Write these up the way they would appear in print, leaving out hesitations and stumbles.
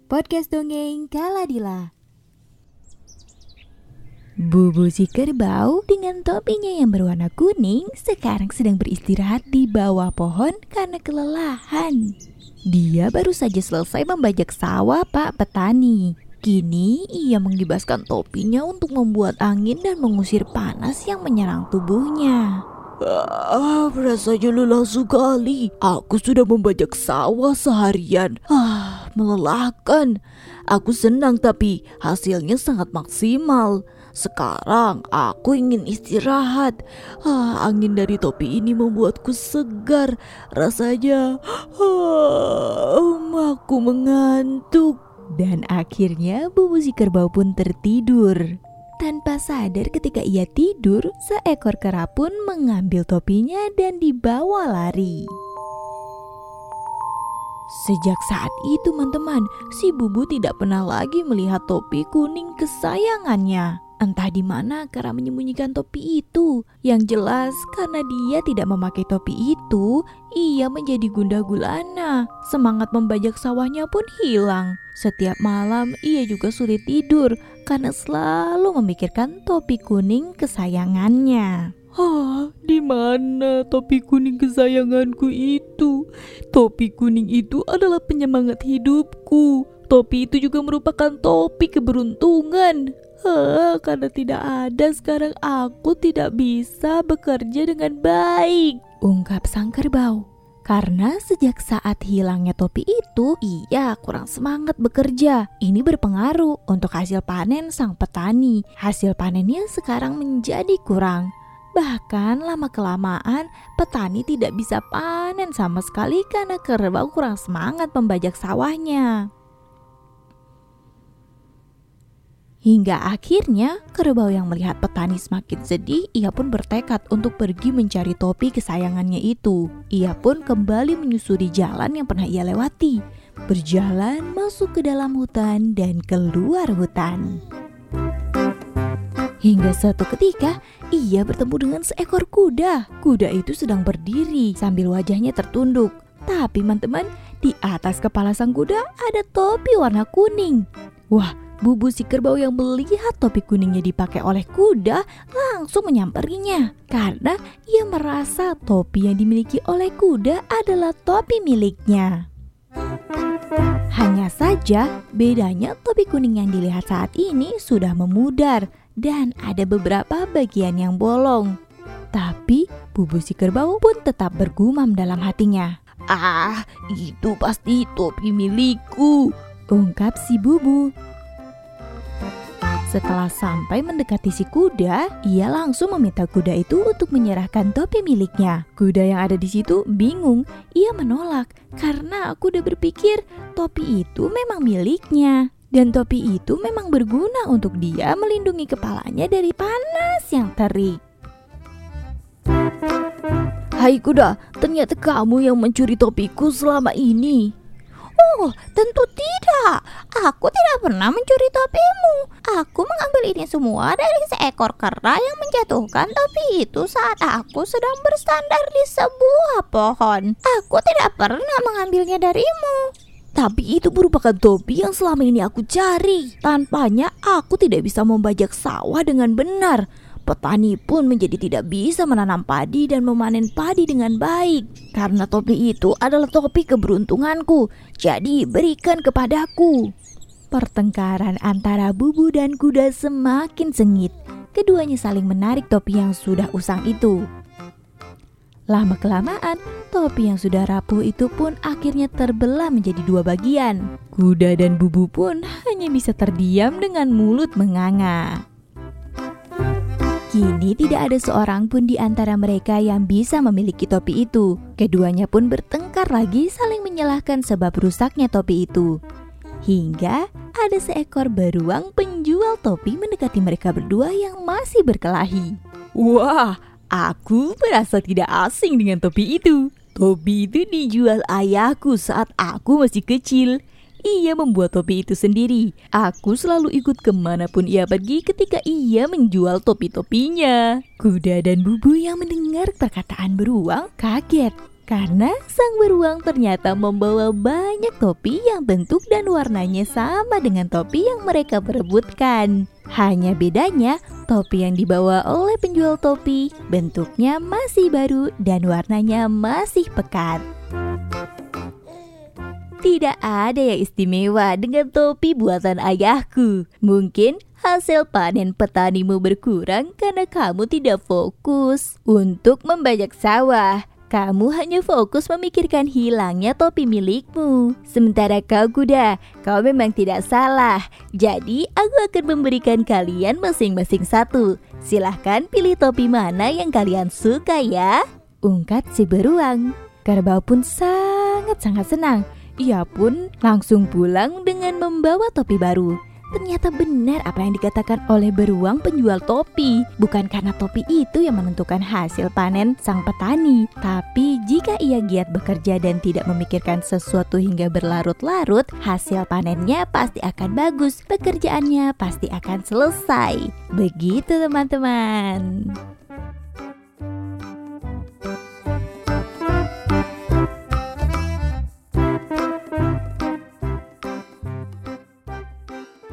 Podcast Dongeng Kaladila. Bubu si kerbau dengan topinya yang berwarna kuning sekarang sedang beristirahat di bawah pohon karena kelelahan. Dia baru saja selesai membajak sawah Pak Petani. Kini ia mengibaskan topinya untuk membuat angin dan mengusir panas yang menyerang tubuhnya. Rasanya lelah sekali. Aku sudah membajak sawah seharian. Melelahkan. Aku senang tapi hasilnya sangat maksimal. Sekarang aku ingin istirahat. Angin dari topi ini membuatku segar. Rasanya aku mengantuk. Dan akhirnya Bubu si kerbau pun tertidur. Tanpa sadar ketika ia tidur, seekor kera pun mengambil topinya dan dibawa lari. Sejak saat itu teman-teman, si Bubu tidak pernah lagi melihat topi kuning kesayangannya. Entah di mana kera menyembunyikan topi itu. Yang jelas karena dia tidak memakai topi itu, ia menjadi gundah gulana. Semangat membajak sawahnya pun hilang. Setiap malam ia juga sulit tidur karena selalu memikirkan topi kuning kesayangannya. Di mana topi kuning kesayanganku itu? Topi kuning itu adalah penyemangat hidupku. Topi itu juga merupakan topi keberuntungan. Karena tidak ada sekarang aku tidak bisa bekerja dengan baik, ungkap sang kerbau. Karena sejak saat hilangnya topi itu, ia kurang semangat bekerja. Ini berpengaruh untuk hasil panen sang petani. Hasil panennya sekarang menjadi kurang. Bahkan lama-kelamaan petani tidak bisa panen sama sekali karena kerbau kurang semangat membajak sawahnya. Hingga akhirnya kerbau yang melihat petani semakin sedih, ia pun bertekad untuk pergi mencari topi kesayangannya itu. Ia pun kembali menyusuri jalan yang pernah ia lewati. Berjalan masuk ke dalam hutan dan keluar hutan. Hingga suatu ketika ia bertemu dengan seekor kuda. Kuda itu sedang berdiri sambil wajahnya tertunduk. Tapi teman-teman, di atas kepala sang kuda ada topi warna kuning. Wah, Bubu si kerbau yang melihat topi kuningnya dipakai oleh kuda langsung menyamperinya. Karena ia merasa topi yang dimiliki oleh kuda adalah topi miliknya. Hanya saja bedanya topi kuning yang dilihat saat ini sudah memudar dan ada beberapa bagian yang bolong. Tapi Bubu si kerbau pun tetap bergumam dalam hatinya. Itu pasti topi milikku, ungkap si Bubu. Setelah sampai mendekati si kuda, ia langsung meminta kuda itu untuk menyerahkan topi miliknya. Kuda yang ada di situ bingung, ia menolak karena kuda berpikir topi itu memang miliknya. Dan topi itu memang berguna untuk dia melindungi kepalanya dari panas yang terik. Hai kuda, ternyata kamu yang mencuri topiku selama ini. Tentu tidak. Aku tidak pernah mencuri topimu. Aku mengambil ini semua dari seekor kera yang menjatuhkan topi itu saat aku sedang bersandar di sebuah pohon. Aku tidak pernah mengambilnya darimu. Tapi itu merupakan topi yang selama ini aku cari. Tanpanya aku tidak bisa membajak sawah dengan benar. Petani pun menjadi tidak bisa menanam padi dan memanen padi dengan baik. Karena topi itu adalah topi keberuntunganku. Jadi berikan kepadaku. Pertengkaran antara Bubu dan kuda semakin sengit. Keduanya saling menarik topi yang sudah usang itu. Lama-kelamaan, topi yang sudah rapuh itu pun akhirnya terbelah menjadi dua bagian. Kuda dan Bubu pun hanya bisa terdiam dengan mulut menganga. Kini tidak ada seorang pun di antara mereka yang bisa memiliki topi itu. Keduanya pun bertengkar lagi saling menyalahkan sebab rusaknya topi itu. Hingga ada seekor beruang penjual topi mendekati mereka berdua yang masih berkelahi. Wah, aku merasa tidak asing dengan topi itu. Topi itu dijual ayahku saat aku masih kecil. Ia membuat topi itu sendiri. Aku selalu ikut kemanapun ia pergi ketika ia menjual topi-topinya. Kuda dan Bubu yang mendengar perkataan beruang kaget. Karena sang beruang ternyata membawa banyak topi yang bentuk dan warnanya sama dengan topi yang mereka perebutkan. Hanya bedanya, topi yang dibawa oleh penjual topi bentuknya masih baru dan warnanya masih pekat. Tidak ada yang istimewa dengan topi buatan ayahku. Mungkin hasil panen petanimu berkurang karena kamu tidak fokus untuk membajak sawah. Kamu hanya fokus memikirkan hilangnya topi milikmu. Sementara kau kuda, kau memang tidak salah. Jadi aku akan memberikan kalian masing-masing satu. Silahkan pilih topi mana yang kalian suka ya, ungkat si beruang. Kerbau pun sangat-sangat senang. Ia pun langsung pulang dengan membawa topi baru. Ternyata benar apa yang dikatakan oleh beruang penjual topi. Bukan karena topi itu yang menentukan hasil panen sang petani, tapi jika ia giat bekerja dan tidak memikirkan sesuatu hingga berlarut-larut, hasil panennya pasti akan bagus, pekerjaannya pasti akan selesai. Begitu teman-teman.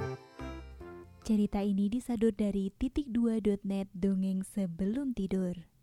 Cerita ini disadur dari titik2.net dongeng sebelum tidur.